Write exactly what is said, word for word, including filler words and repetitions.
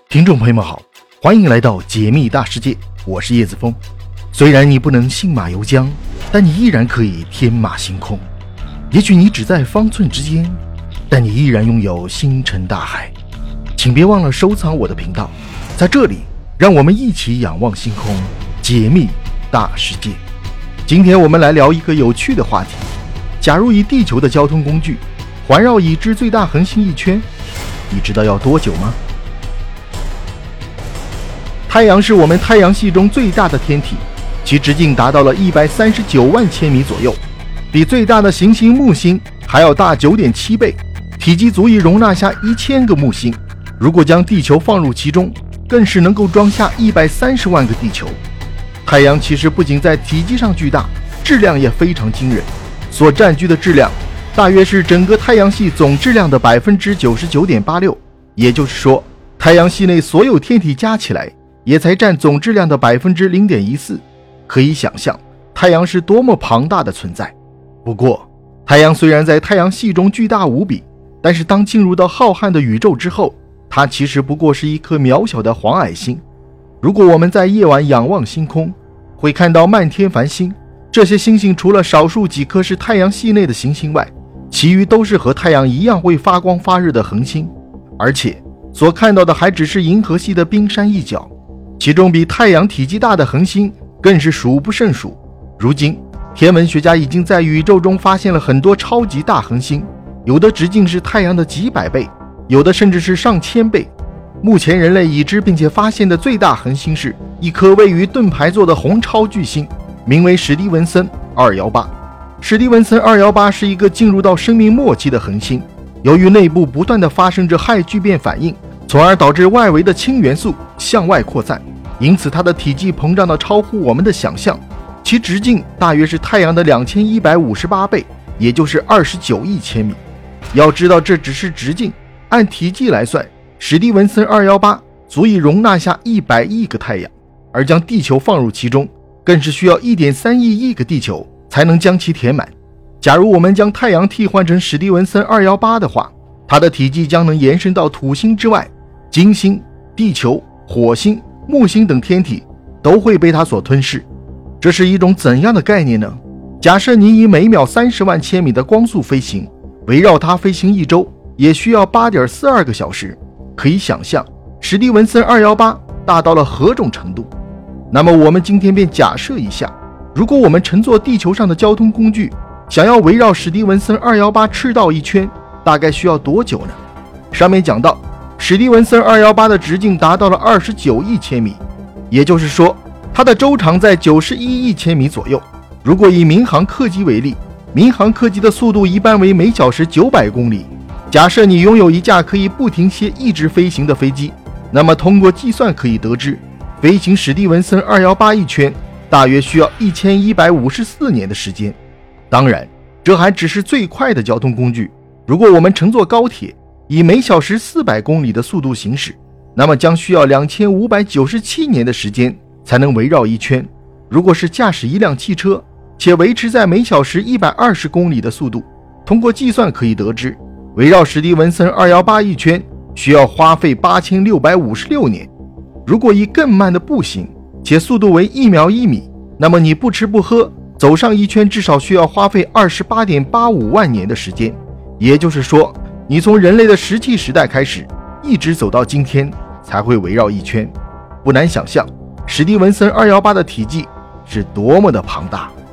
听众朋友们好，欢迎来到解密大世界，我是叶子峰。虽然你不能信马由缰，但你依然可以天马行空。也许你只在方寸之间，但你依然拥有星辰大海。请别忘了收藏我的频道，在这里让我们一起仰望星空，解密大世界。今天我们来聊一个有趣的话题。假如以地球的交通工具环绕已知最大恒星一圈，你知道要多久吗？太阳是我们太阳系中最大的天体，其直径达到了一百三十九万千米左右，比最大的行星木星还要大 九点七 倍，体积足以容纳下一千个木星。如果将地球放入其中，更是能够装下一百三十万个地球。太阳其实不仅在体积上巨大，质量也非常惊人，所占据的质量大约是整个太阳系总质量的 百分之九十九点八六， 也就是说太阳系内所有天体加起来也才占总质量的 百分之零点一四。 可以想象太阳是多么庞大的存在。不过太阳虽然在太阳系中巨大无比，但是当进入到浩瀚的宇宙之后，它其实不过是一颗渺小的黄矮星。如果我们在夜晚仰望星空，会看到漫天繁星，这些星星除了少数几颗是太阳系内的行星外，其余都是和太阳一样会发光发热的恒星，而且所看到的还只是银河系的冰山一角，其中比太阳体积大的恒星更是数不胜数。如今天文学家已经在宇宙中发现了很多超级大恒星，有的直径是太阳的几百倍，有的甚至是上千倍。目前人类已知并且发现的最大恒星是一颗位于盾牌座的红超巨星，名为史蒂文森二一八。史蒂文森二一八是一个进入到生命末期的恒星，由于内部不断地发生着氦聚变反应，从而导致外围的氢元素向外扩散，因此它的体积膨胀到超乎我们的想象，其直径大约是太阳的两千一百五十八倍，也就是二十九亿千米。要知道这只是直径，按体积来算，史蒂文森二一八足以容纳下一百亿个太阳，而将地球放入其中更是需要 一点三亿亿个地球才能将其填满。假如我们将太阳替换成史蒂文森二一八的话，它的体积将能延伸到土星之外，金星、地球、火星、木星等天体都会被它所吞噬。这是一种怎样的概念呢？假设你以每秒三十万千米的光速飞行，围绕它飞行一周也需要 八点四二个小时。可以想象史蒂文森二一八大到了何种程度。那么我们今天便假设一下，如果我们乘坐地球上的交通工具想要围绕史蒂文森二一八赤道一圈，大概需要多久呢？上面讲到史蒂文森二一八的直径达到了二十九亿千米，也就是说它的周长在九十一亿千米左右。如果以民航客机为例，民航客机的速度一般为每小时九百公里。假设你拥有一架可以不停歇一直飞行的飞机，那么通过计算可以得知，飞行史蒂文森二一八一圈大约需要一千一百五十四年的时间。当然这还只是最快的交通工具，如果我们乘坐高铁以每小时四百公里的速度行驶，那么将需要两千五百九十七年的时间才能围绕一圈。如果是驾驶一辆汽车且维持在每小时一百二十公里的速度，通过计算可以得知，围绕史蒂文森二一八一圈需要花费八千六百五十六年。如果以更慢的步行且速度为一秒一米，那么你不吃不喝走上一圈至少需要花费 二十八点八五万年的时间。也就是说你从人类的石器时代开始一直走到今天才会围绕一圈。不难想象史蒂文森二一八的体积是多么的庞大。